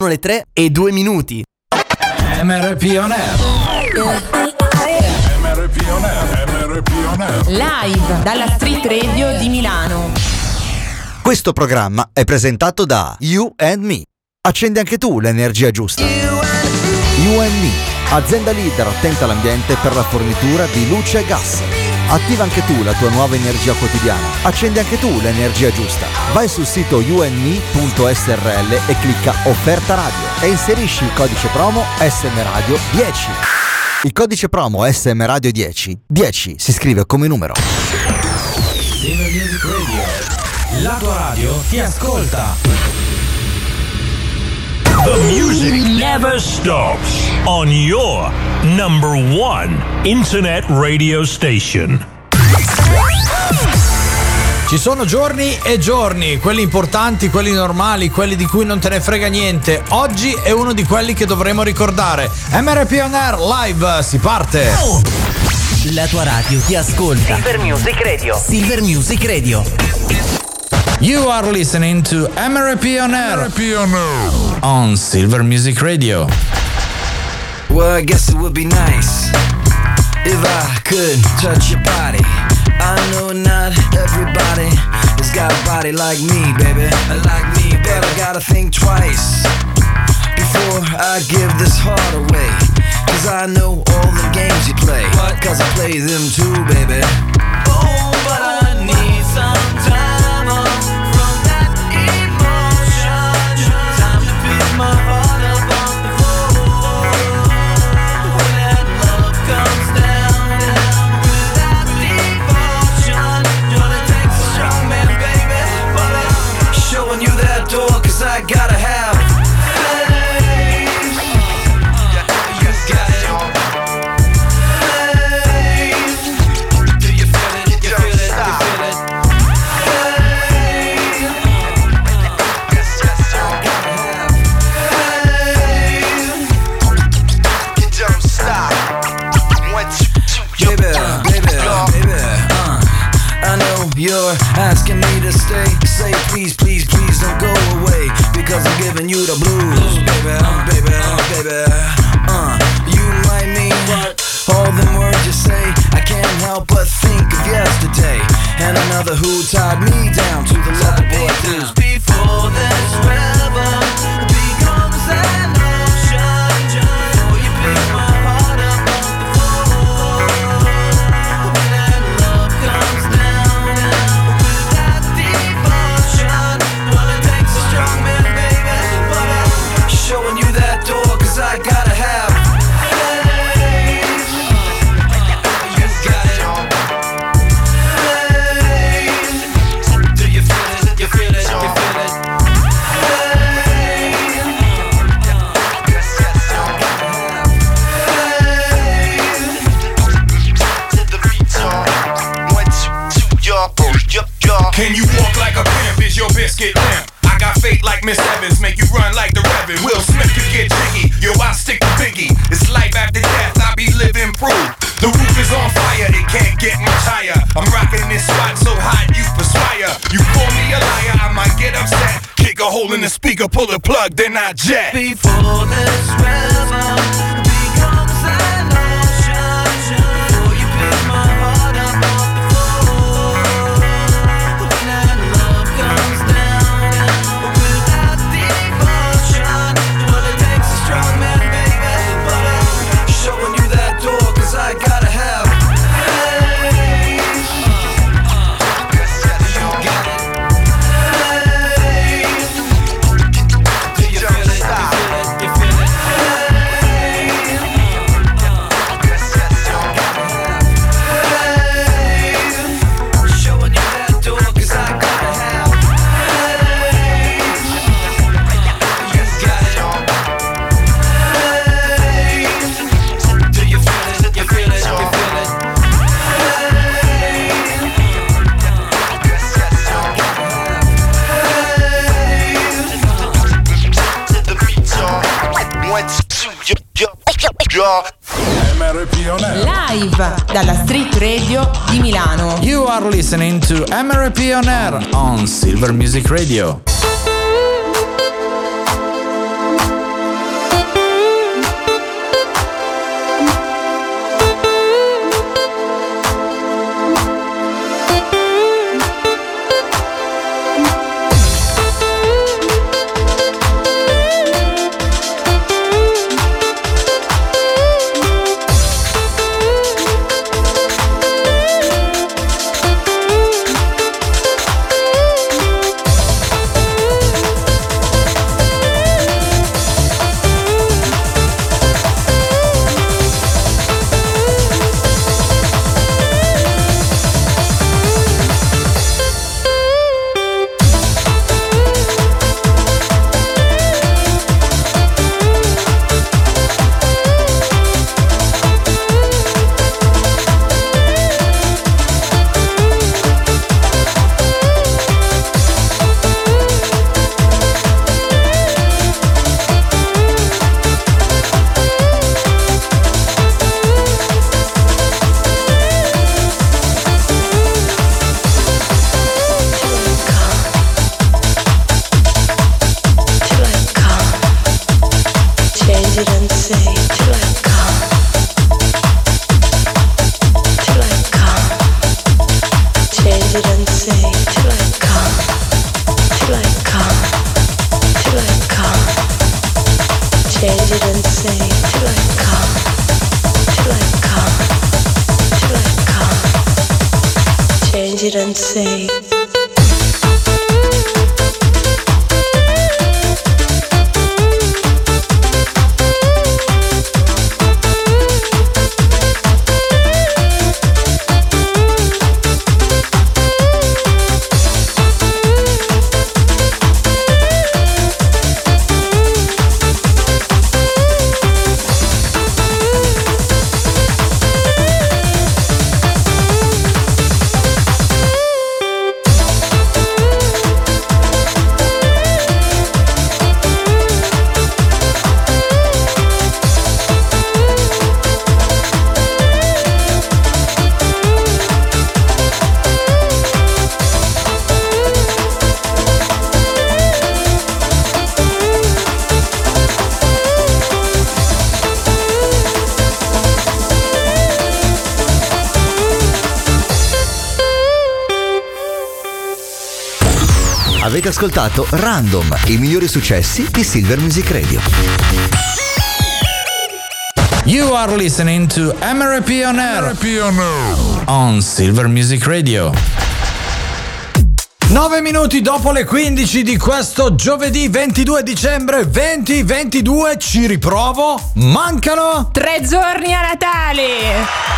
le 3:02. MRP On Air. MRP On Air. MRP On Air. Live dalla Street Radio di Milano. Questo programma è presentato da You and Me. Accendi anche tu l'energia giusta. You and Me, azienda leader attenta all'ambiente per la fornitura di luce e gas. Attiva anche tu la tua nuova energia quotidiana. Accendi anche tu l'energia giusta. Vai sul sito youndme.srl e clicca Offerta Radio e inserisci il codice promo SM Radio 10. Il codice promo SM Radio 10 si scrive come numero. Silver Music Radio. La tua radio ti ascolta. The music never stops on your number one internet radio station. Ci sono giorni e giorni, quelli importanti, quelli normali, quelli di cui non te ne frega niente. Oggi è uno di quelli che dovremo ricordare. MRP On Air Live, si parte! La tua radio ti ascolta. Silver Music Radio. Silver Music Radio. You are listening to MRP On Air on Silver Music Radio. Well, I guess it would be nice if I could touch your body. I know not everybody has got a body like me, baby. Like me, but I gotta think twice before I give this heart away. Cause I know all the games you play. Cause I play them too, baby. Oh, but I need some time off from that emotion. Time to pick my heart up off the floor. When that love comes down without devotion. It takes a strong man, baby. But I'm showing you that door, cause I gotta have you're asking me to stay. Say please, please, please don't go away, because I'm giving you the blues, baby, baby, baby. You like me, all them words you say, I can't help but think of yesterday, and another who tied me down to the leather boy blues. Before this river becomes an ocean, before you pick my heart up off the floor, when that love comes down without devotion. Well, it takes a strong man, baby, but I'm showing you that door, cause I gotta have faith. You got it. Faith. Do you feel it? You feel it? You feel it? Can you walk like a pimp? Is your biscuit limp? I got fate like Miss Evans, make you run like the Reverend. Will Smith could get jiggy, yo, I stick to Biggie. It's life after death, I be living proof. The roof is on fire, it can't get much higher. I'm rocking this spot so hot you perspire. You call me a liar, I might get upset. Kick a hole in the speaker, pull the plug, then I jet. Before this river becomes an ocean, before you pick my heart up off the floor, when that love comes down without devotion. Well, it takes a strong man, baby, but I'm showing you that door, cause I gotta have faith. You got it. Faith. Do you feel it? You feel it? Showing you that door, cause I gotta have faith. You got it. Do you feel it? You feel it? You feel it? MRP On Air. Live dalla Street Radio di Milano. You are listening to MRP On Air on Silver Music Radio. it and say till I come. Till I come. Change it and say till I come. Till I come. Till I come. Change it and say till I come. Till I come. Till I come. Change it and say. Avete ascoltato Random, i migliori successi di Silver Music Radio. You are listening to MRP On Air on Silver Music Radio. 9 minuti dopo le 15 di questo giovedì 22 dicembre 2022, ci riprovo, mancano 3 giorni a Natale.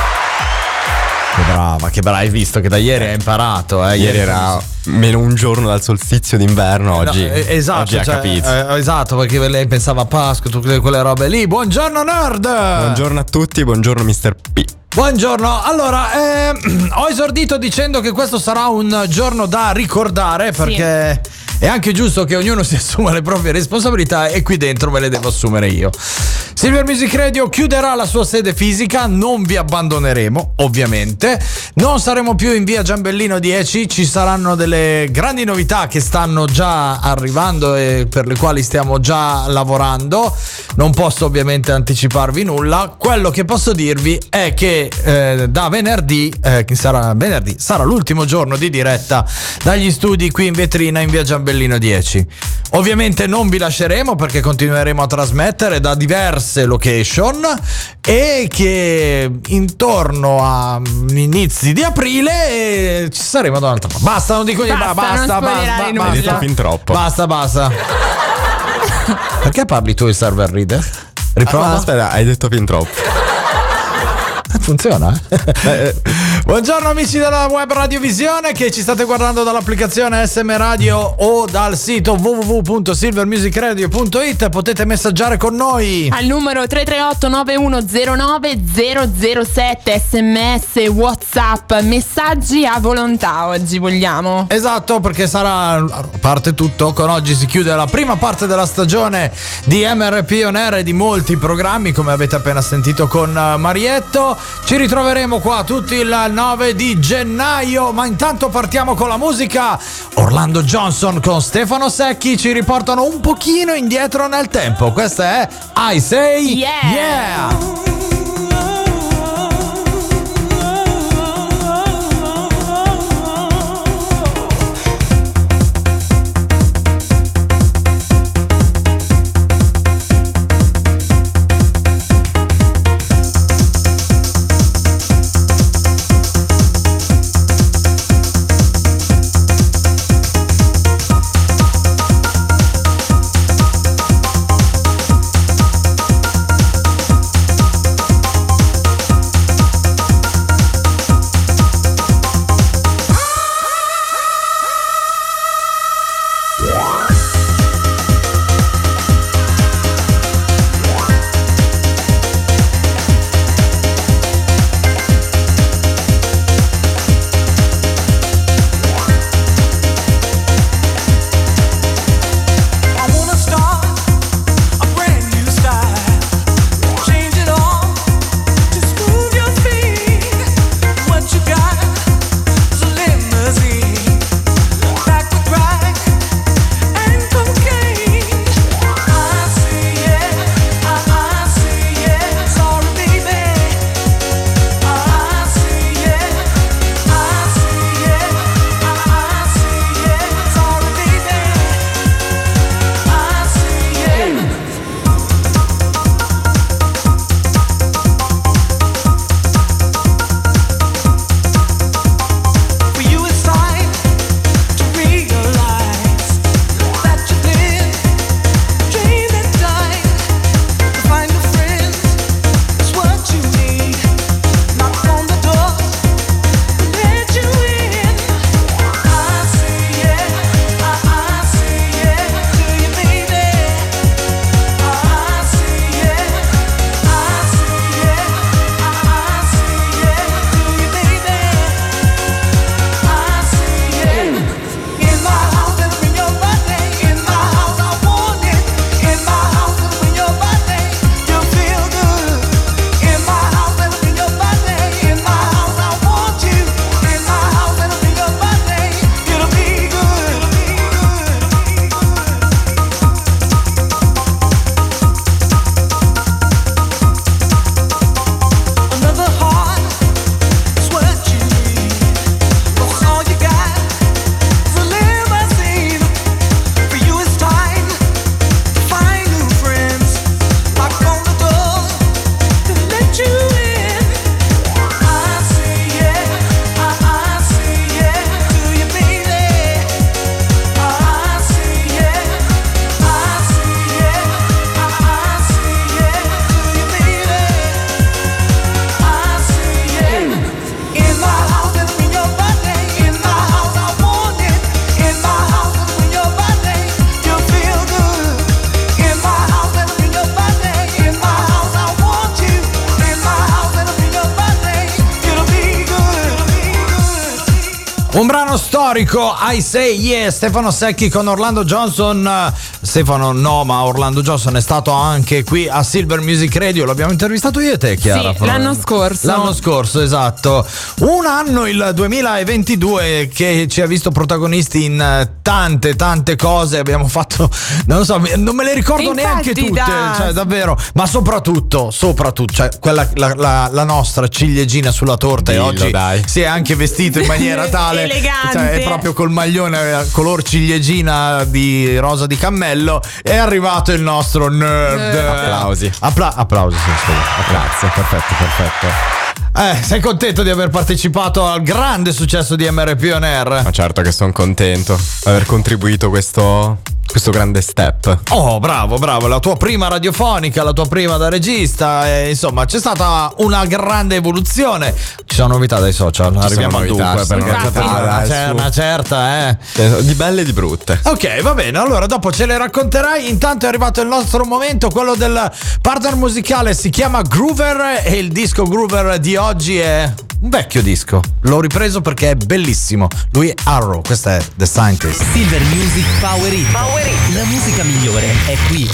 Che brava, hai visto che da ieri hai imparato. Ieri era meno un giorno dal solstizio d'inverno, oggi, esatto, oggi ha capito. Esatto, perché lei pensava a Pasqua, tutte quelle robe lì. Buongiorno nerd! Buongiorno a tutti, buongiorno Mr. P. Buongiorno, allora ho esordito dicendo che questo sarà un giorno da ricordare, perché è anche giusto che ognuno si assuma le proprie responsabilità e qui dentro me le devo assumere io. Silver Music Radio chiuderà la sua sede fisica, non vi abbandoneremo ovviamente, non saremo più in via Giambellino 10, ci saranno delle grandi novità che stanno già arrivando e per le quali stiamo già lavorando. Non posso ovviamente anticiparvi nulla, quello che posso dirvi è che da venerdì, sarà l'ultimo giorno di diretta dagli studi qui in vetrina in via Giambellino 10. Ovviamente non vi lasceremo perché continueremo a trasmettere da diverse location e che intorno a inizi di aprile ci saremo da un'altra parte. Basta, non dico niente, basta. Hai detto fin troppo. Basta. Perché parli tu il server reader? Riprova. Aspetta, hai detto fin troppo. Funziona? Buongiorno amici della web radiovisione che ci state guardando dall'applicazione SM Radio o dal sito www.silvermusicradio.it. potete messaggiare con noi al numero 338 9109 007, sms, whatsapp, messaggi a volontà. Oggi vogliamo, esatto, perché sarà, a parte tutto, con oggi si chiude la prima parte della stagione di MRP On Air e di molti programmi, come avete appena sentito con Marietto. Ci ritroveremo qua tutti il 9 di gennaio, ma intanto partiamo con la musica. Orlando Johnson con Stefano Secchi ci riportano un pochino indietro nel tempo. Questa è I Say Yeah. storico I Say Yeah, Stefano Secchi con Orlando Johnson. Stefano no, ma Orlando Johnson è stato anche qui a Silver Music Radio. L'abbiamo intervistato io e te, Chiara. Sì, l'anno scorso, esatto. Un anno, il 2022, che ci ha visto protagonisti in tante cose. Abbiamo fatto, non lo so, non me le ricordo neanche tutte, cioè davvero. Ma soprattutto, cioè quella la nostra ciliegina sulla torta. Dillo, e oggi dai. si è anche vestito in maniera tale, elegante, cioè, è proprio col maglione color ciliegina di rosa di cammello. È arrivato il nostro nerd. Applausi. Applausi, sì. Grazie, perfetto. Sei contento di aver partecipato al grande successo di MRP On Air? Ma certo che sono contento di aver contribuito a questo grande step. Oh, bravo, la tua prima radiofonica, la tua prima da regista, insomma c'è stata una grande evoluzione. Ci sono novità dai social, arriviamo al dunque, perché c'è una certa, di belle e di brutte. Ok, va bene, allora dopo ce le racconterai. Intanto è arrivato il nostro momento, quello del partner musicale, si chiama Groover e il disco Groover di oggi è un vecchio disco. L'ho ripreso perché è bellissimo. Lui è Arrow, questa è The Scientist. Silver Music Power It. La musica migliore è qui.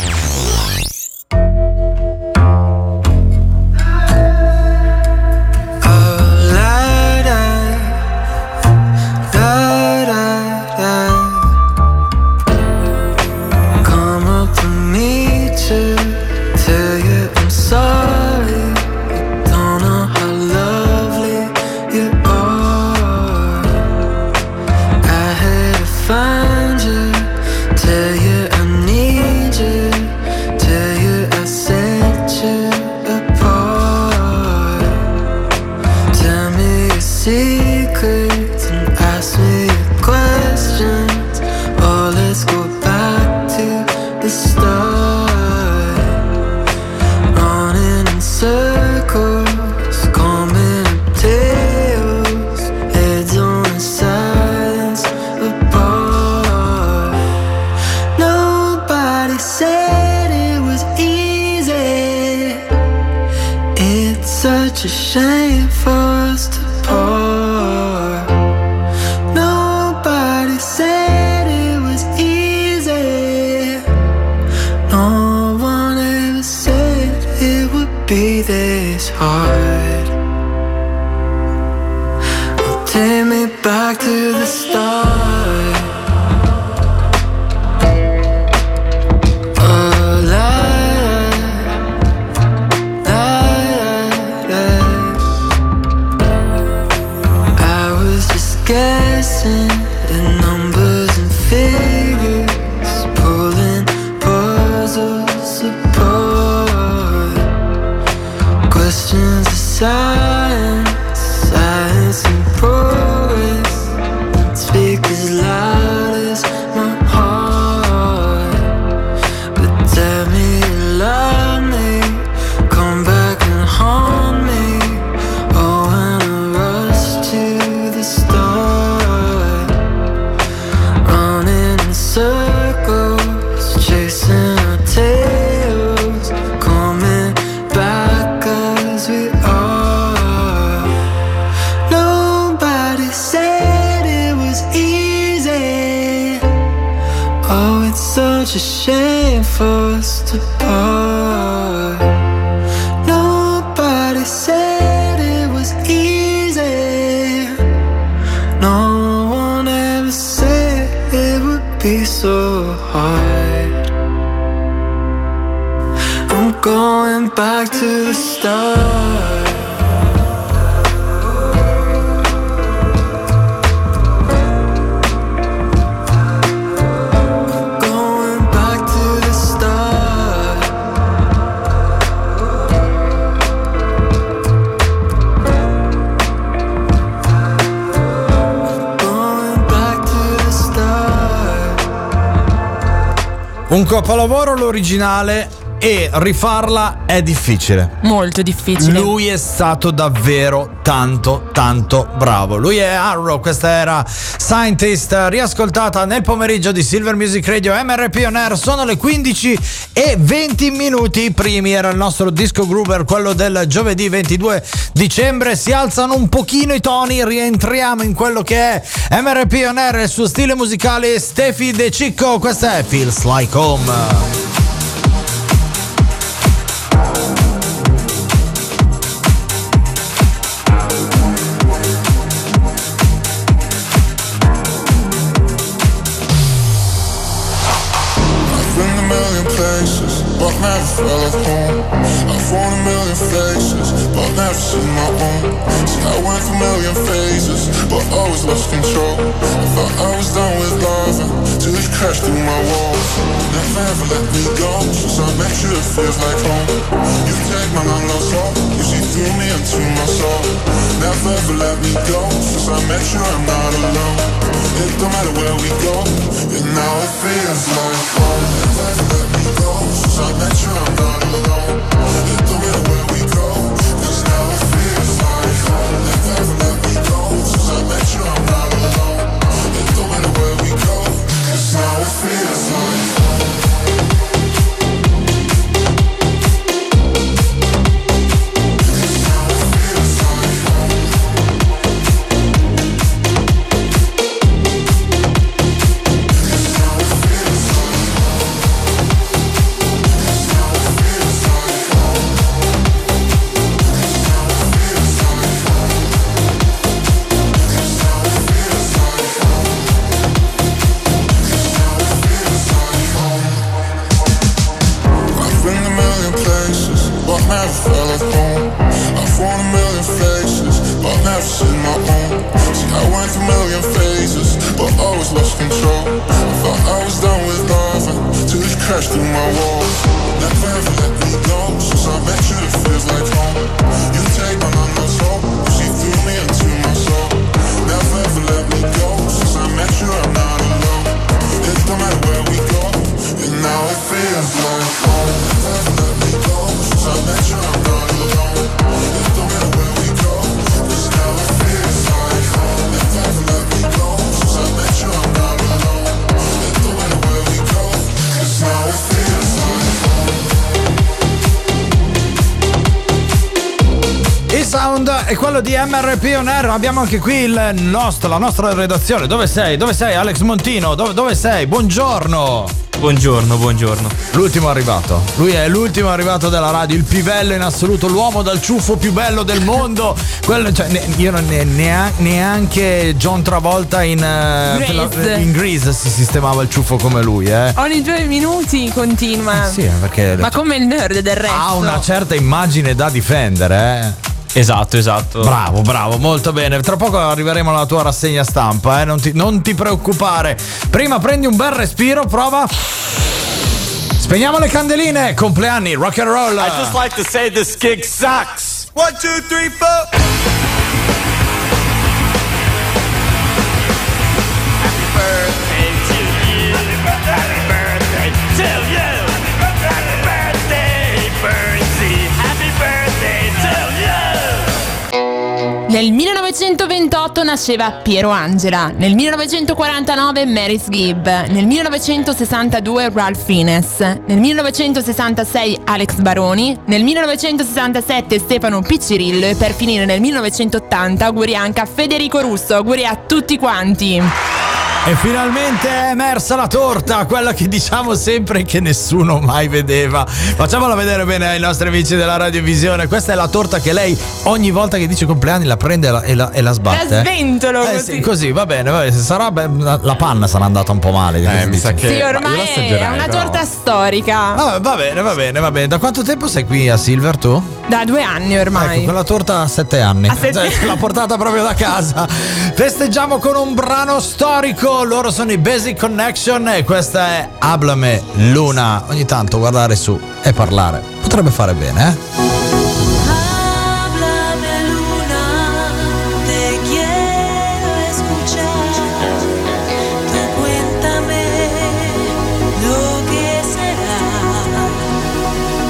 such a shame for us to part. Nobody said it was easy. No one ever said it would be this hard. Well, take me back to the start. Guessing the numbers and figures, pulling puzzles apart. Questions of science, science and progress, that speak as loud as my heart. But tell me you love me, come back and haunt me. Oh, when I rush to the start, circles, chasing our tails, coming back as we are. Nobody said it was easy. Oh, it's such a shame for us to part. Nobody said it was easy. No one ever said it would be so hard. I'm going back to the start. Going back to the start. Going back to the start. Un capolavoro l'originale, e rifarla è difficile. Molto difficile. Lui è stato davvero tanto bravo. Lui è Arrow, questa era Scientist, riascoltata nel pomeriggio di Silver Music Radio MRP On Air. Sono le 15:20. I primi era il nostro disco groover, quello del giovedì 22 dicembre. Si alzano un pochino i toni, rientriamo in quello che è MRP On Air, il suo stile musicale. Steffi De Cicco, questa è Feels Like Home. But never felt at home. I've worn a million faces, but never seen my own. See, I went through a million phases, but always lost control. I thought I was done with love, till it crashed through my walls. Never ever let me go, since I met you it feels like home. You take my long lost hope, you see through me into my soul. Never ever let me go, since I met you I'm not alone. It don't matter where we go, and now it feels like home. Never ever let me go, since I met you I'm not alone. It don't matter where we go, 'cause now it feels like home. Never ever let me go, since I met you I'm not alone. It don't matter where we go, 'cause now it feels like home. È quello di MRP On Air. Abbiamo anche qui la nostra redazione. Dove sei? Dove sei, Alex Montino? Dove sei? Buongiorno. Buongiorno. L'ultimo arrivato. Lui è l'ultimo arrivato della radio, il pivello in assoluto, l'uomo dal ciuffo più bello del mondo. Io non neanche John Travolta in Grease si sistemava il ciuffo come lui, Ogni 2 minuti continua. Sì, perché ma come il nerd del resto. Ha una certa immagine da difendere, Esatto. Bravo, molto bene. Tra poco arriveremo alla tua rassegna stampa, non ti preoccupare. Prima prendi un bel respiro, prova. Spegniamo le candeline. Compleanni, rock and roll. I just like to say this gig sucks. 1, 2, 3, 4. Happy birthday to you. Happy birthday to you. Happy birthday, Bertie. Happy birthday to you. Nel 1928 nasceva Piero Angela, nel 1949 Maurice Gibb, nel 1962 Ralph Fiennes, nel 1966 Alex Baroni, nel 1967 Stefano Piccirillo e per finire nel 1980 auguri anche a Federico Russo. Auguri a tutti quanti. E finalmente è emersa la torta, quella che diciamo sempre che nessuno mai vedeva. Facciamola vedere bene ai nostri amici della radiovisione. Questa è la torta che lei ogni volta che dice compleanni la prende e la sbatte. La sventolo così. Sì, così, va bene. La panna sarà andata un po' male. Mi sa che sì, ormai è una torta storica. Va bene. Da quanto tempo sei qui a Silver tu? Da 2 anni ormai. Ecco, quella torta ha 7 anni. L'ha portata proprio da casa. Festeggiamo con un brano storico. Loro sono i Basic Connection e questa è Háblame Luna. Ogni tanto guardare su e parlare potrebbe fare bene, Háblame Luna, te quiero escuchar. Tú cuéntame lo que será.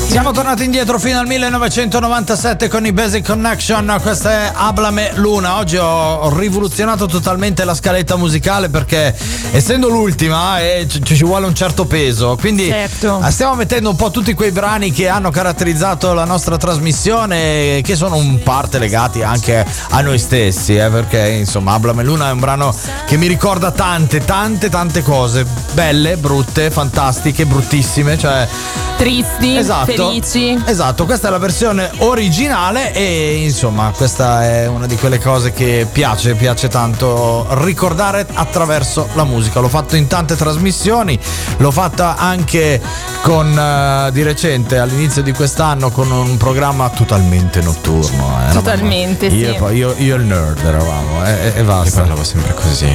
Siamo tornati indietro fino al 1997 con i Basic Connection. Questa è Háblame Luna. Oggi ho rivoluzionato totalmente la scaletta musicale perché essendo l'ultima ci vuole un certo peso, quindi stiamo mettendo un po' tutti quei brani che hanno caratterizzato la nostra trasmissione, che sono in parte legati anche a noi stessi, perché insomma Háblame Luna è un brano che mi ricorda tante cose, belle, brutte, fantastiche, bruttissime, cioè tristi, felici. Esatto, questa è la versione originale e insomma questa è una di quelle cose che piace tanto ricordare attraverso la musica. L'ho fatto in tante trasmissioni, l'ho fatta anche con di recente all'inizio di quest'anno con un programma totalmente notturno. Totalmente, io e il nerd eravamo e basta. Io parlavo sempre così.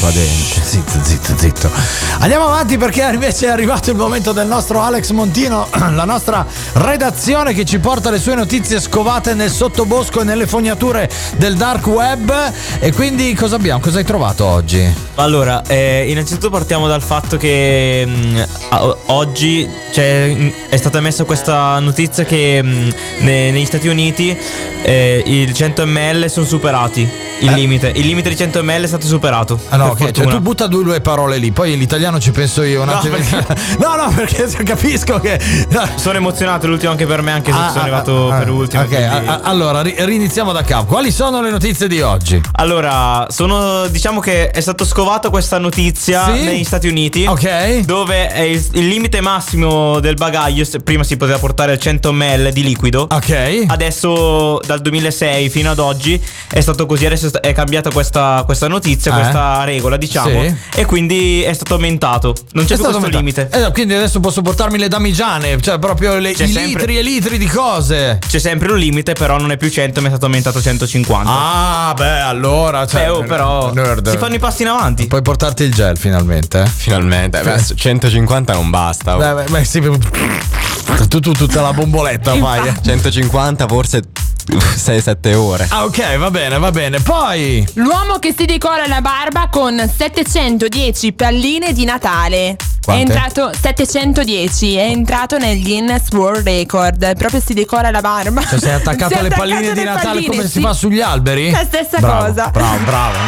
Zitto. Andiamo avanti perché invece è arrivato il momento del nostro Alex Montino, la nostra redazione che ci porta le sue notizie scovate nel sottobosco e nelle fognature del dark web. E quindi cosa abbiamo? Cosa hai trovato oggi? Allora, innanzitutto partiamo dal fatto che oggi è stata emessa questa notizia che negli Stati Uniti il 100 ml sono superati. Il limite di 100 ml è stato superato. No, cioè tu butta due parole lì, poi l'italiano ci penso io un attimo. No, perché capisco che sono emozionato, l'ultimo anche per me, anche se sono arrivato per ultimo. Ok, allora riniziamo da capo. Quali sono le notizie di oggi? Allora, diciamo che è stato scovato questa notizia negli Stati Uniti, dove è il limite massimo del bagaglio prima si poteva portare il 100 ml di liquido. Adesso dal 2006 fino ad oggi è stato così. Adesso è cambiata questa notizia, questa regola, diciamo, e quindi è stato aumentato. Non c'è più questo limite. Quindi adesso posso portarmi le damigiane, cioè proprio litri e litri di cose. C'è sempre un limite, però non è più 100, ma è stato aumentato a 150. Ah, beh, allora però nerd. Si fanno i passi in avanti. Puoi portarti il gel finalmente. Finalmente. Beh, 150 non basta. Beh, sì, tu tutta la bomboletta fai. 150 forse 6-7 ore. Ok, va bene. Poi l'uomo che si decora la barba con 710 palline di Natale. Quante? È entrato 710, è entrato nel Guinness World Record. Proprio si decora la barba. Cioè sei attaccato alle palline di Natale come si fa sugli alberi? La stessa cosa. Bravo.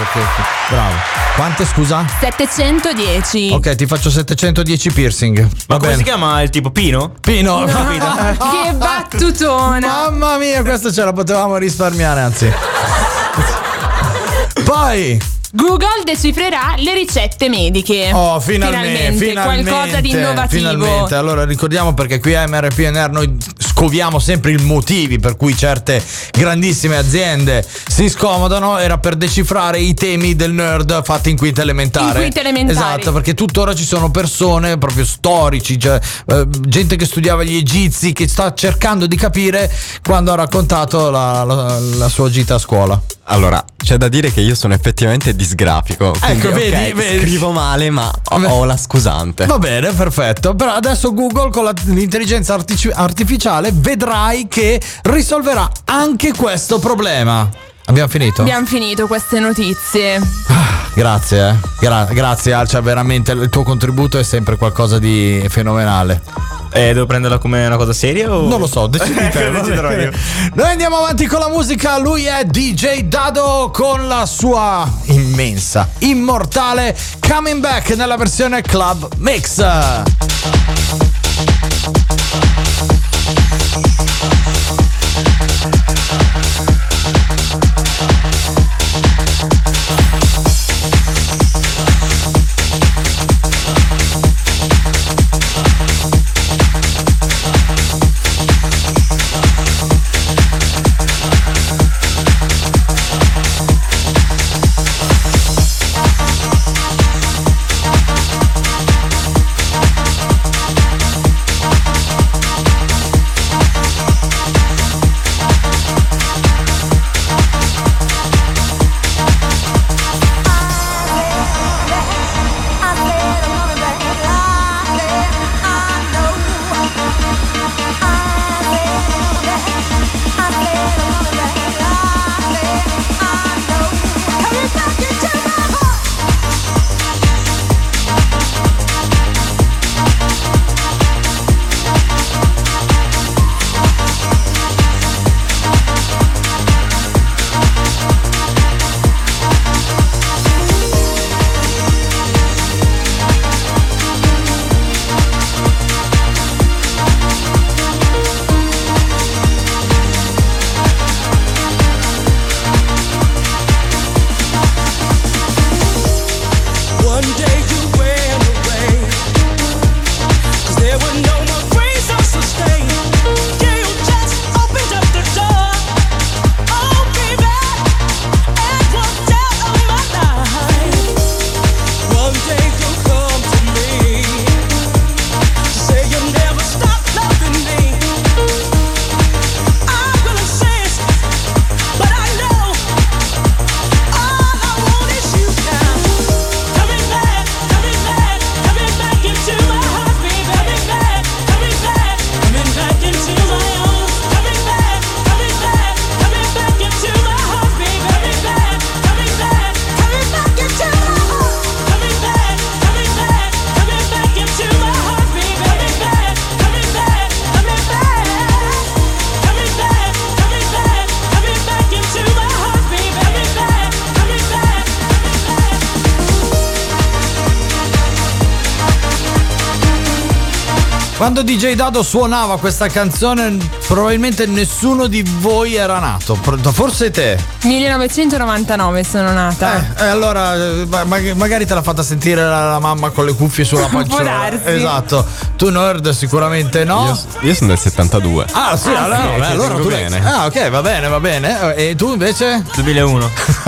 Quante, scusa? 710. Ok, ti faccio 710 piercing. Ma come si chiama il tipo? Pino? No. Che battutona. Mamma mia, questo ce la potevamo risparmiare, anzi. Poi Google decifrerà le ricette mediche. Oh, finalmente qualcosa di innovativo. Finalmente. Allora ricordiamo, perché qui a MRPNR noi scoviamo sempre i motivi per cui certe grandissime aziende si scomodano. Era per decifrare i temi del nerd fatti in quinta elementare. Esatto, perché tuttora ci sono persone proprio storici, cioè, gente che studiava gli egizi, che sta cercando di capire quando ha raccontato la sua gita a scuola. Allora, c'è da dire che io sono effettivamente disgrafico. Quindi, ecco, vedi. Scrivo male, ma ho la scusante. Va bene, perfetto. Però adesso Google con l'intelligenza artificiale vedrai che risolverà anche questo problema. Abbiamo finito? Abbiamo finito queste notizie. Grazie, grazie Alcia, veramente il tuo contributo è sempre qualcosa di fenomenale. Devo prenderla come una cosa seria o? Non lo so, decidi te. Noi andiamo avanti con la musica. Lui è DJ Dado con la sua immensa, immortale Coming Back nella versione Club Mix. Quando DJ Dado suonava questa canzone, probabilmente nessuno di voi era nato. Forse te. 1999 sono nata. Allora magari te l'ha fatta sentire la mamma con le cuffie sulla panciola. Può darsi. Esatto. Tu nerd sicuramente no. Io sono del 72. Ah sì, allora tu bene. Ah ok, va bene. E tu invece? 2001.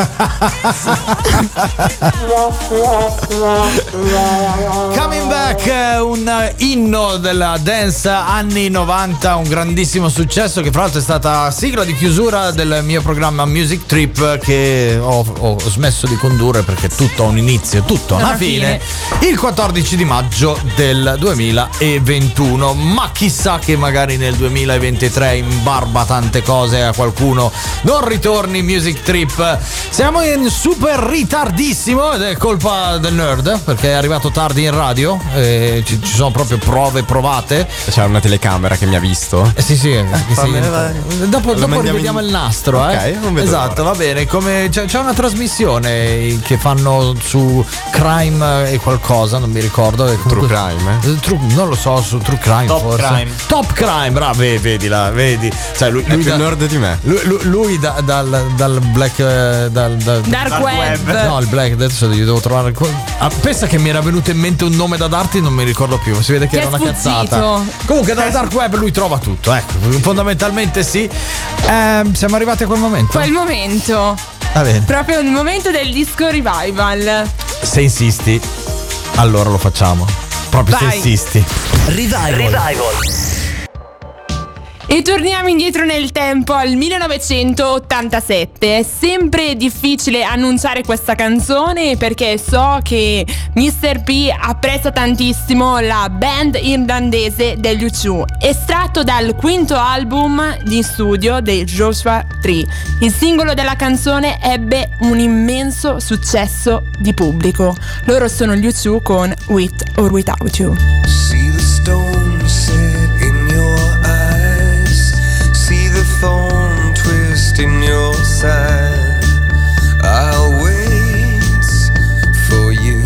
Coming Back, un inno della dance anni 90, un grandissimo successo che fra l'altro è stata sigla di chiusura del mio programma Music Trip, che ho smesso di condurre perché tutto ha un inizio, tutto ha una fine. Il 14 di maggio del 2021, ma chissà che magari nel 2023 imbarba tante cose a qualcuno non ritorni Music Trip. Siamo in super ritardissimo ed è colpa del nerd perché è arrivato tardi in radio, ci sono proprio prove provate. C'è una telecamera che mi ha visto. Sì. Dopo rivediamo il nastro. Ok, non vedo esatto, l'ora. va bene. Come c'è una trasmissione che fanno su crime e qualcosa, non mi ricordo. True Crime? Non lo so, su True Crime Top forse. Crime. Top Crime, bravo, vedi. Cioè, lui è più nerd di me. Lui dal black Dark web. No, il black, adesso io devo trovare. Pensa che mi era venuto in mente un nome da darti, non mi ricordo più. Si vede che era una cazzata. Comunque dal dark web lui trova tutto, ecco. Fondamentalmente sì. Siamo arrivati a quel momento. Va bene. Proprio il momento del disco revival. Se insisti, allora lo facciamo. Proprio Vai. se insisti. Revival. E torniamo indietro nel tempo al 1987. È sempre difficile annunciare questa canzone perché so che Mr. P apprezza tantissimo la band irlandese degli U2, estratto dal quinto album di studio dei Joshua Tree. Il singolo della canzone ebbe un immenso successo di pubblico. Loro sono gli U2 con With or Without You. See the stone set in your eyes, see the thorn twist in your side. I'll wait for you.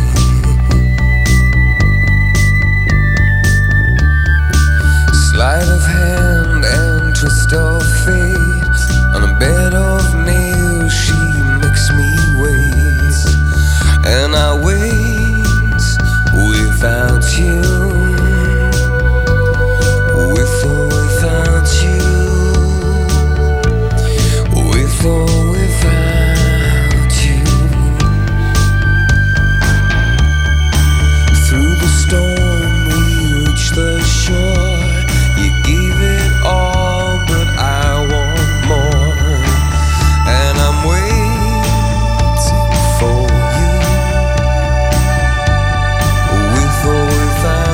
Sleight of hand and twist of fate, on a bed of nails she makes me wait, and I wait without you, with or without you, with or without you. Through the storm we reach the shore. You gave it all, but I want more, and I'm waiting for you, with or without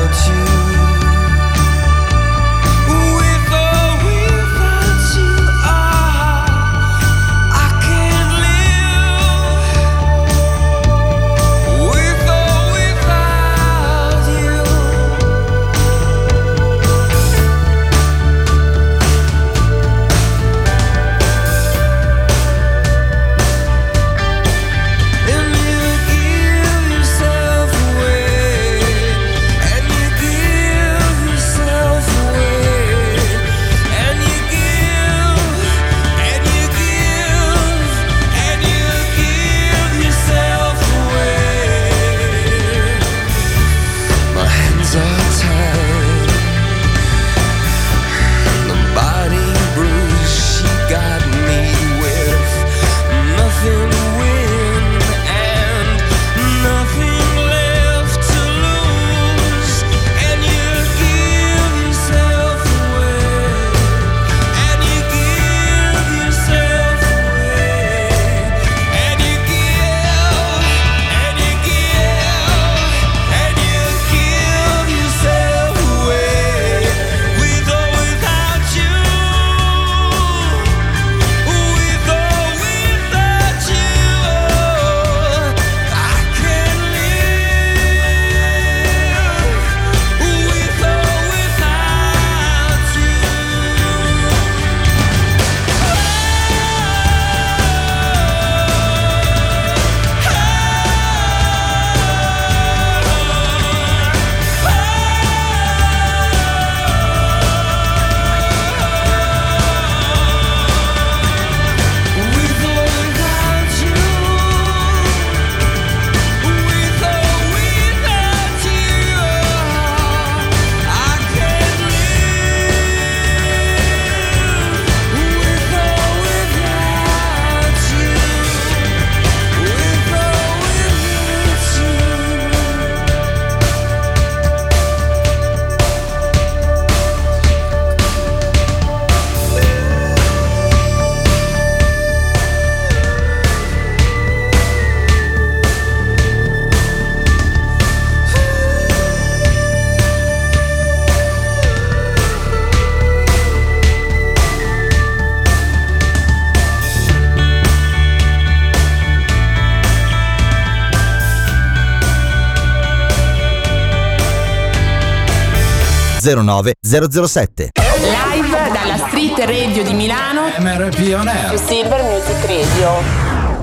09007. Live dalla Street Radio di Milano, MRP On Air su Silver Music Radio.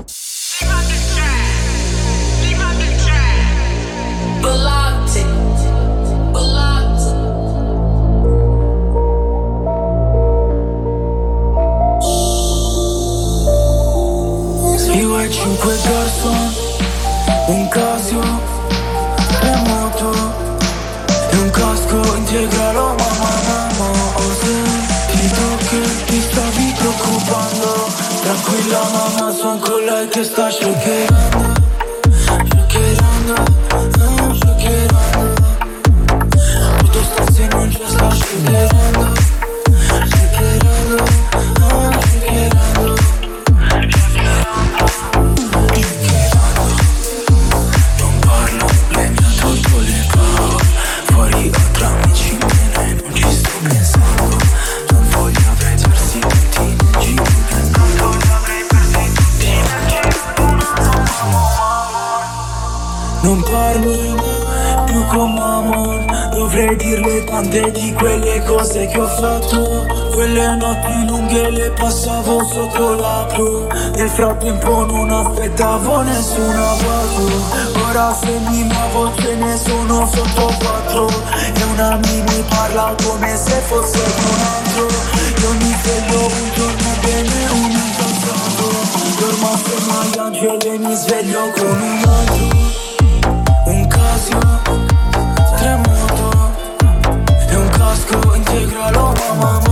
Io e 5 garçon, un Casio, remoto e un casco integrale, mamma, sentito che ti stavi preoccupando. Tranquilla mamma, son con lei che sta shakerando. Tutto sta se non ci sta shakerando. Non parlo, lei mi ha tolto le parole. Fuori ho tra amici miei, non ci sto pensando. Non voglio avrei persi tutti nel giro. Non voglio avrei persi tutti nel giro. Non parlo più con mamma, dovrei dirle tante di quelle cose che ho fatto. Quelle notti lunghe le passavo sotto la blu. Nel frattempo non aspettavo nessuna foto. Ora se mi muovo ce ne sono sotto 4. E una mi parla come se fosse un altro. Io mi sveglio un giorno bene, un incantato. Dormo semmai angelo e mi sveglio con un altro. Un Casio, tremoto e un casco integrale, mamma,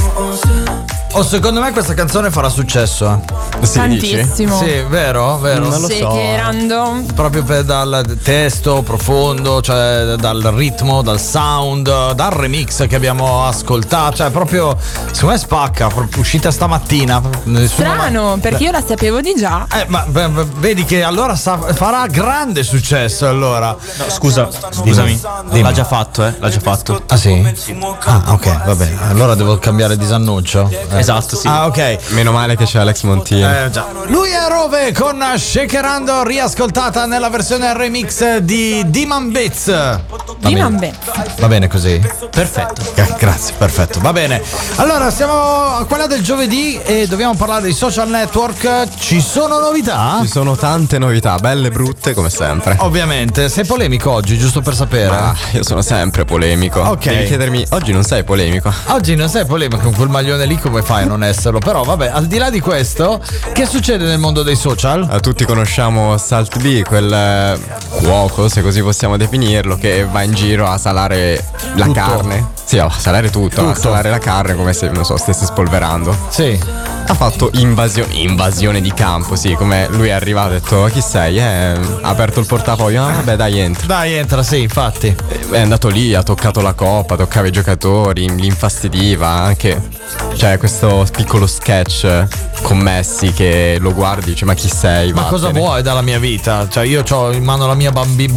Oh, secondo me questa canzone farà successo. Tantissimo. Sì, vero? Non lo so. Proprio dal testo profondo, cioè dal ritmo, dal sound, dal remix che abbiamo ascoltato. Cioè, proprio, secondo me spacca. Uscita stamattina. Strano, perché io la sapevo di già. Ma vedi che allora farà grande successo. Allora, no, scusami. L'ha già fatto, L'ha già fatto. Ah, sì? Ah, ok, va bene. Allora devo cambiare disannuncio. Esatto, sì. Ah, ok. Meno male che c'è Alex Montino. Già. Lui è Rove con Shakerando, riascoltata nella versione remix di Diman Beats. Diman Beats. Va bene così? Perfetto. Grazie, perfetto. Va bene. Allora, siamo a quella del giovedì e dobbiamo parlare dei social network. Ci sono novità? Ci sono tante novità, belle e brutte come sempre. Ovviamente. Sei polemico oggi, giusto per sapere? Io sono sempre polemico. Ok. Devi chiedermi, oggi non sei polemico? Oggi non sei polemico con quel maglione lì, come fai a non esserlo? Però vabbè, al di là di questo, che succede nel mondo dei social? Tutti conosciamo Salt B, quel cuoco, se così possiamo definirlo, che va in giro a salare la carne. Sì, a salare tutto, a salare la carne come se, non so, stesse spolverando. Sì. Ha fatto invasione di campo, sì, come lui è arrivato e ha detto: chi sei? Ha aperto il portafoglio, vabbè dai entra. Dai entra, sì, infatti. È andato lì, ha toccato la coppa, toccava i giocatori, li infastidiva anche. Cioè questo piccolo sketch con Messi che lo guardi e dice: ma chi sei? Ma cosa vuoi dalla mia bita? Cioè io ho in mano la mia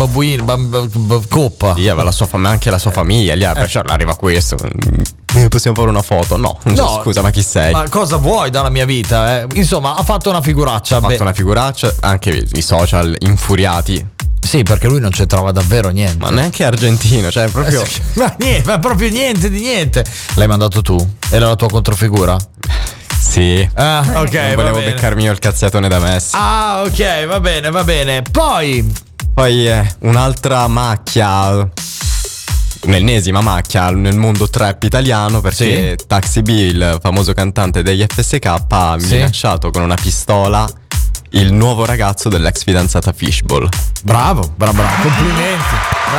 coppa. Sì, aveva la sua anche la sua famiglia lì, perciò arriva questo. Possiamo fare una foto? No, scusa, ma chi sei? Ma cosa vuoi dalla mia vita? Insomma, ha fatto una figuraccia. Una figuraccia, anche i social infuriati. Sì, perché lui non c'entrava davvero niente. Ma neanche argentino, cioè proprio. Ma proprio niente di niente. L'hai mandato tu? Era la tua controfigura? Sì. Ah, ok. Non volevo beccarmi io il cazziatone da Messi. Ah, ok, va bene. Poi un'altra macchia. Un'ennesima macchia nel mondo trap italiano, perché Taxi B, il famoso cantante degli FSK, ha minacciato con una pistola il nuovo ragazzo dell'ex fidanzata Fishball. Bravo, complimenti,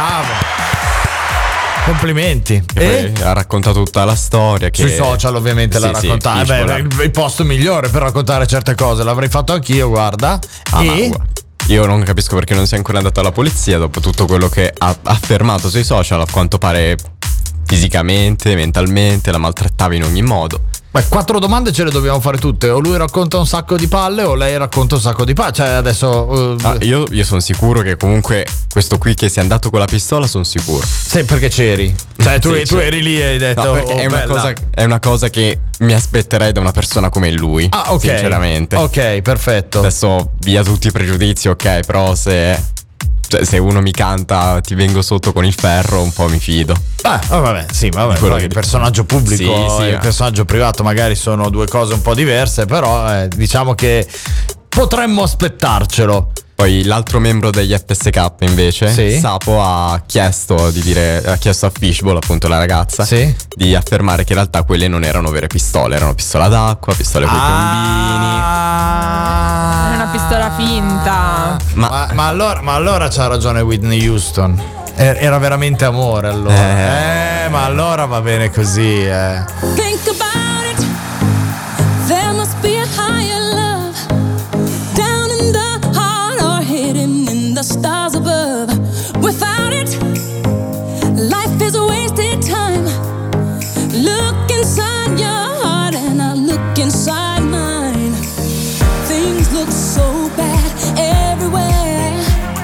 complimenti. E ha raccontato tutta la storia che sui social ovviamente l'ha raccontata. Il posto migliore per raccontare certe cose, l'avrei fatto anch'io, guarda. Io non capisco perché non sia ancora andato alla polizia dopo tutto quello che ha affermato sui social. A quanto pare fisicamente, mentalmente la maltrattava in ogni modo. Ma 4 domande ce le dobbiamo fare tutte. O lui racconta un sacco di palle o lei racconta un sacco di palle. Cioè adesso io sono sicuro che comunque questo qui che sia andato con la pistola, sono sicuro. Sì, perché c'eri. Cioè tu eri lì e hai detto no, perché è una cosa che mi aspetterei da una persona come lui. Ah, ok. Sinceramente. Ok, perfetto. Adesso via tutti i pregiudizi, ok, però se Cioè, se uno mi canta ti vengo sotto con il ferro, un po' mi fido. Vabbè, sì, vabbè, poi il personaggio pubblico e il personaggio privato magari sono due cose un po' diverse, però diciamo che potremmo aspettarcelo. Poi l'altro membro degli FSK invece, Sapo, ha chiesto a Fishball, appunto la ragazza, di affermare che in realtà quelle non erano vere pistole, erano pistole d'acqua, pistole con i piombini. È una pistola finta. Ma allora c'ha ragione Whitney Houston. Era veramente amore allora. Ma allora va bene così. Think about it. There must be a higher love down in the heart or hidden in the stars above. Without it, life is a wasted time. Look inside your heart and I look inside mine. Things look so bad everywhere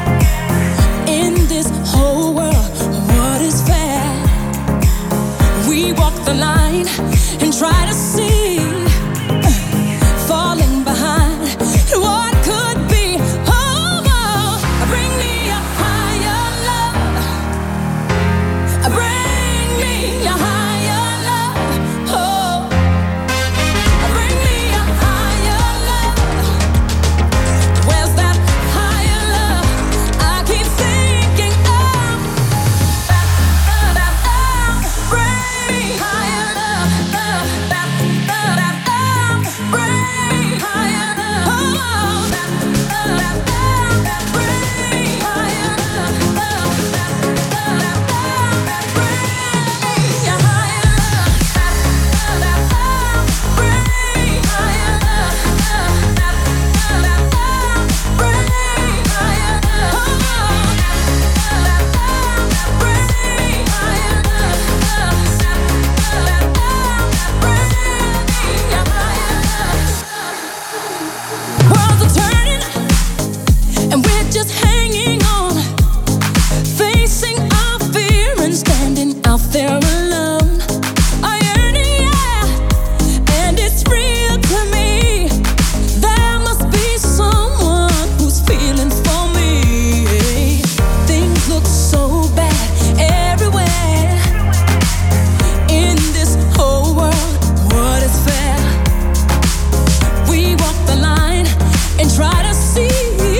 in this whole world. What is fair? We walk the line and try to see, falling behind what could be. Oh, bring me a higher love. Bring me a higher love. Oh, bring me a higher love. Where's that higher love? I keep thinking of. Bring me higher love. Worlds are turning, and we're just hanging on, facing our fear and standing out there alone. I yearn, yeah, and it's real to me. There must be someone who's feeling for me. Things look so bad everywhere in this whole world. What is fair? We walk the line and try to see,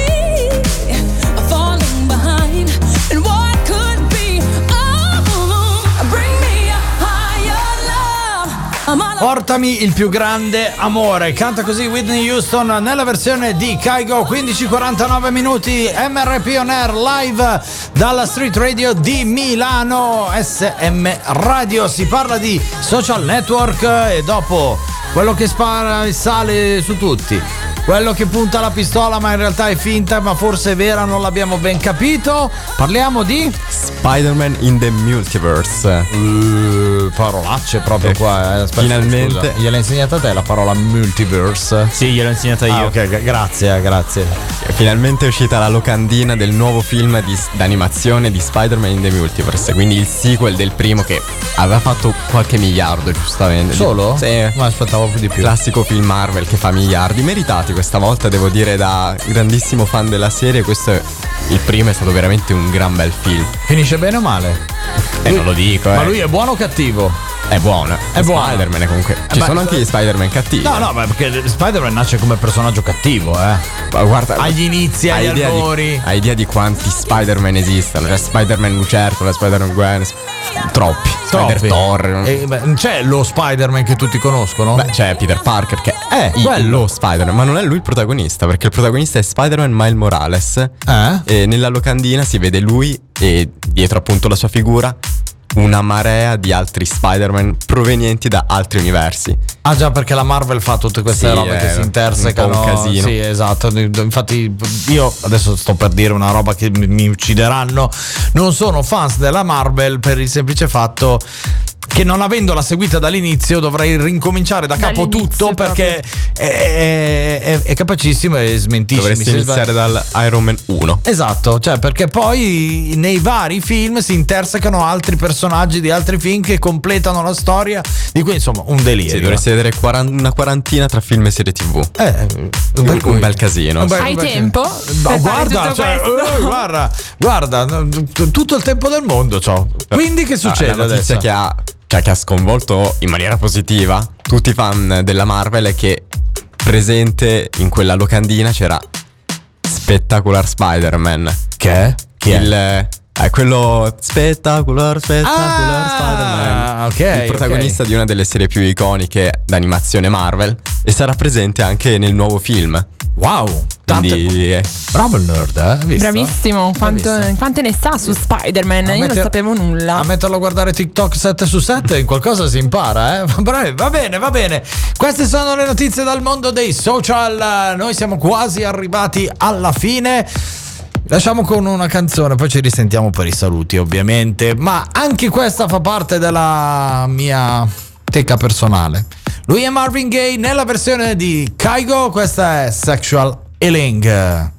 falling behind and what could be. Oh, bring me a higher love. Portami il più grande amore. Canta così Whitney Houston nella versione di Kygo. 15:49 minuti. MRP On Air live dalla Street Radio di Milano. SM Radio. Si parla di social network e dopo quello che spara e sale su tutti, quello che punta la pistola ma in realtà è finta, ma forse è vera, non l'abbiamo ben capito. Parliamo di Spider-Man in the Multiverse. Parolacce proprio qua. Aspetta, finalmente. Scusa. Gliel'hai insegnata te la parola multiverse? Sì, gliel'ho insegnata io. Ok, grazie. Finalmente è uscita la locandina del nuovo film d'animazione di Spider-Man in the Multiverse, quindi il sequel del primo che aveva fatto qualche miliardo, giustamente. Solo? Sì. Ma aspettavo più di più. Classico film Marvel che fa miliardi, meritati questa volta, devo dire, da grandissimo fan della serie. Questo è il primo, è stato veramente un gran bel film. Finisce bene o male? Non lo dico, Ma lui è buono o cattivo? È buono. È buono. Spider-Man comunque. Ci sono anche gli Spider-Man cattivi. No, ma perché Spider-Man nasce come personaggio cattivo, Ma guarda, agli inizi, agli albori. Hai idea di quanti Spider-Man esistono? C'è Spider-Man Lucertola, Spider-Man Gwen, troppi. Spider-Thor. C'è lo Spider-Man che tutti conoscono? Beh, c'è Peter Parker che è lo Spider-Man, ma non è lui il protagonista, perché il protagonista è Spider-Man Miles Morales. E nella locandina si vede lui e dietro appunto la sua figura una marea di altri Spider-Man provenienti da altri universi. Ah già, perché la Marvel fa tutte queste robe che si intersecano. Un casino. Sì, esatto. Infatti io adesso sto per dire una roba che mi uccideranno. Non sono fans della Marvel per il semplice fatto che non avendola seguita dall'inizio dovrei rincominciare da capo tutto, perché è capacissimo e smentisce. Dovresti iniziare dal Iron Man 1. Esatto, cioè perché poi nei vari film si intersecano altri personaggi di altri film che completano la storia, di cui insomma un delirio. Sì, dovresti vedere una quarantina tra film e serie TV. Un bel casino. Hai tempo? Guarda, guarda, tutto il tempo del mondo c'ho. Quindi che succede la notizia adesso? che ha sconvolto in maniera positiva tutti i fan della Marvel è che presente in quella locandina c'era Spectacular Spider-Man. Che è? Chi è? Quello Spectacular Spider-Man. Ok. Il protagonista di una delle serie più iconiche d'animazione Marvel, e sarà presente anche nel nuovo film. Wow, quindi bravo il nerd, visto? Bravissimo. Quante ne sa su Spider-Man? Io non sapevo nulla. A metterlo a guardare TikTok 7/7 in qualcosa si impara, Va bene. Queste sono le notizie dal mondo dei social. Noi siamo quasi arrivati alla fine. Lasciamo con una canzone, poi ci risentiamo per i saluti ovviamente, ma anche questa fa parte della mia teca personale. Lui è Marvin Gaye nella versione di Kygo, questa è Sexual Healing.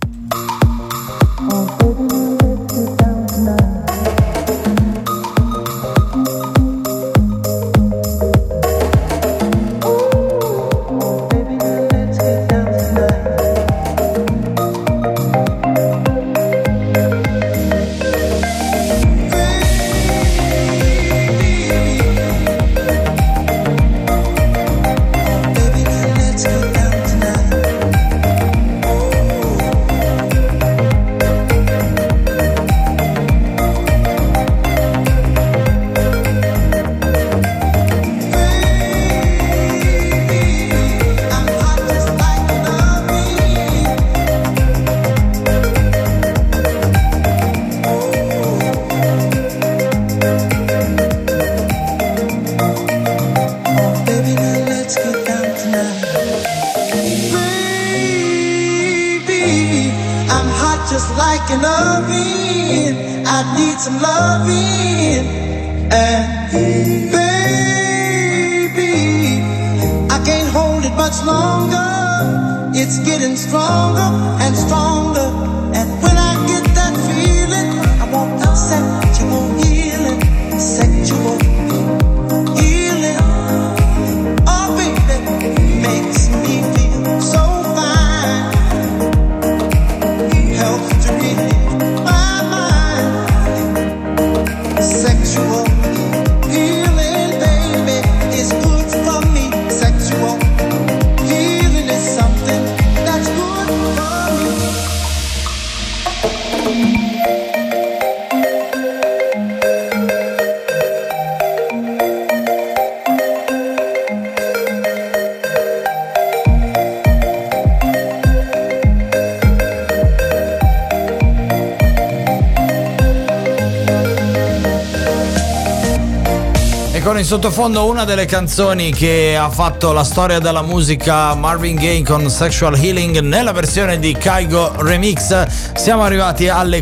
In sottofondo una delle canzoni che ha fatto la storia della musica, Marvin Gaye con Sexual Healing nella versione di Kygo Remix. Siamo arrivati alle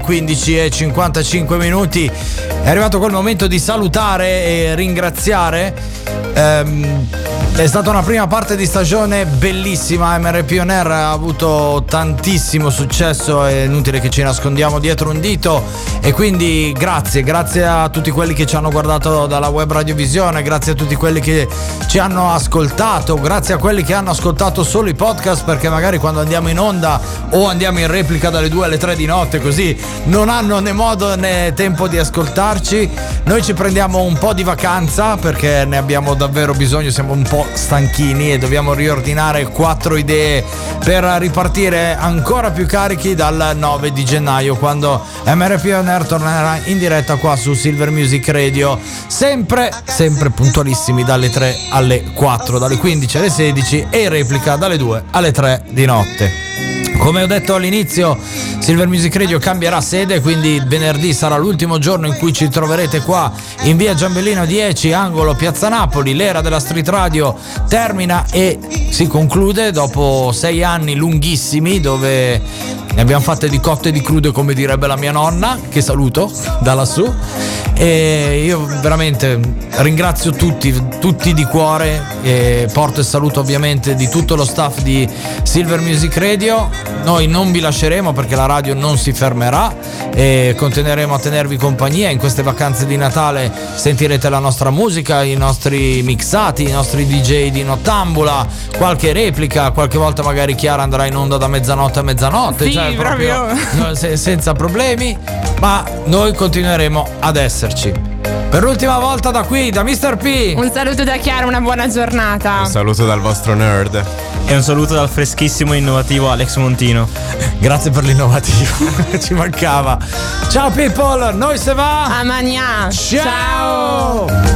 15:55. È arrivato quel momento di salutare e ringraziare. È stata una prima parte di stagione bellissima. MRP On Air ha avuto tantissimo successo, è inutile che ci nascondiamo dietro un dito, e quindi grazie a tutti quelli che ci hanno guardato dalla web radiovisione, grazie a tutti quelli che ci hanno ascoltato, grazie a quelli che hanno ascoltato solo i podcast, perché magari quando andiamo in onda o andiamo in replica dalle 2 alle 3 di notte, così non hanno né modo né tempo di ascoltarci. Noi ci prendiamo un po' di vacanza perché ne abbiamo davvero bisogno, siamo un po' stanchini e dobbiamo riordinare 4 idee per ripartire ancora più carichi dal 9 di gennaio, quando MRP On Air tornerà in diretta qua su Silver Music Radio, sempre puntualissimi dalle 3 alle 4, dalle 15 alle 16, e replica dalle 2 alle 3 di notte. Come ho detto all'inizio, Silver Music Radio cambierà sede, quindi venerdì sarà l'ultimo giorno in cui ci troverete qua in via Giambellino 10, angolo Piazza Napoli. L'era della Street Radio termina e si conclude dopo 6 anni lunghissimi, dove ne abbiamo fatte di cotte e di crude, come direbbe la mia nonna, che saluto da lassù. E io veramente ringrazio tutti di cuore, e porto il saluto ovviamente di tutto lo staff di Silver Music Radio. Noi non vi lasceremo perché la radio non si fermerà e continueremo a tenervi compagnia. In queste vacanze di Natale sentirete la nostra musica, i nostri mixati, i nostri DJ di Nottambula, qualche replica, qualche volta magari Chiara andrà in onda da mezzanotte a mezzanotte, sì, cioè proprio senza problemi, ma noi continueremo ad esserci. Per l'ultima volta da qui, da Mr. P. Un saluto da Chiara, una buona giornata. Un saluto dal vostro nerd. E un saluto dal freschissimo e innovativo Alex Montino. Grazie per l'innovativo, ci mancava. Ciao people, noi se va a Magna. Ciao.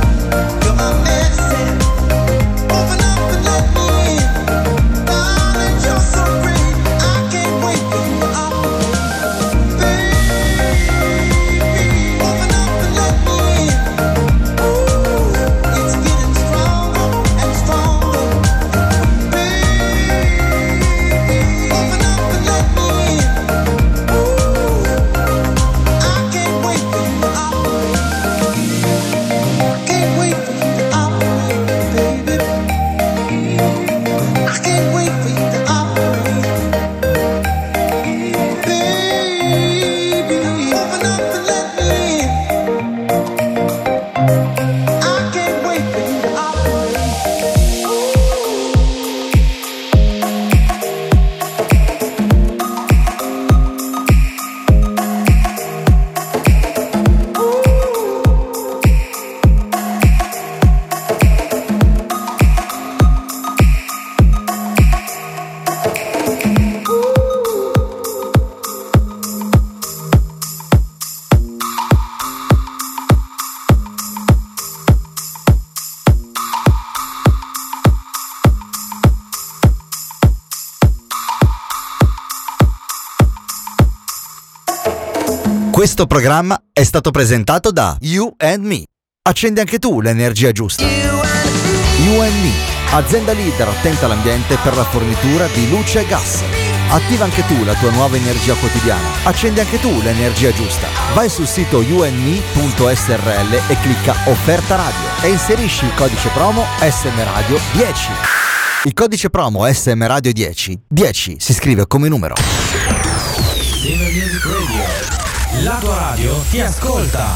Questo programma è stato presentato da You and Me. Accendi anche tu l'energia giusta. You and Me, azienda leader attenta all'ambiente per la fornitura di luce e gas. Attiva anche tu la tua nuova energia quotidiana. Accendi anche tu l'energia giusta. Vai sul sito youndme.srl e clicca Offerta Radio e inserisci il codice promo SM Radio 10. Il codice promo SM Radio 10 si scrive come numero. Silver Music Radio. La tua radio ti ascolta.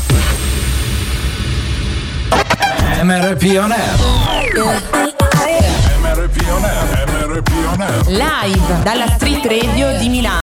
MRP On Air. Live dalla Street Radio di Milano.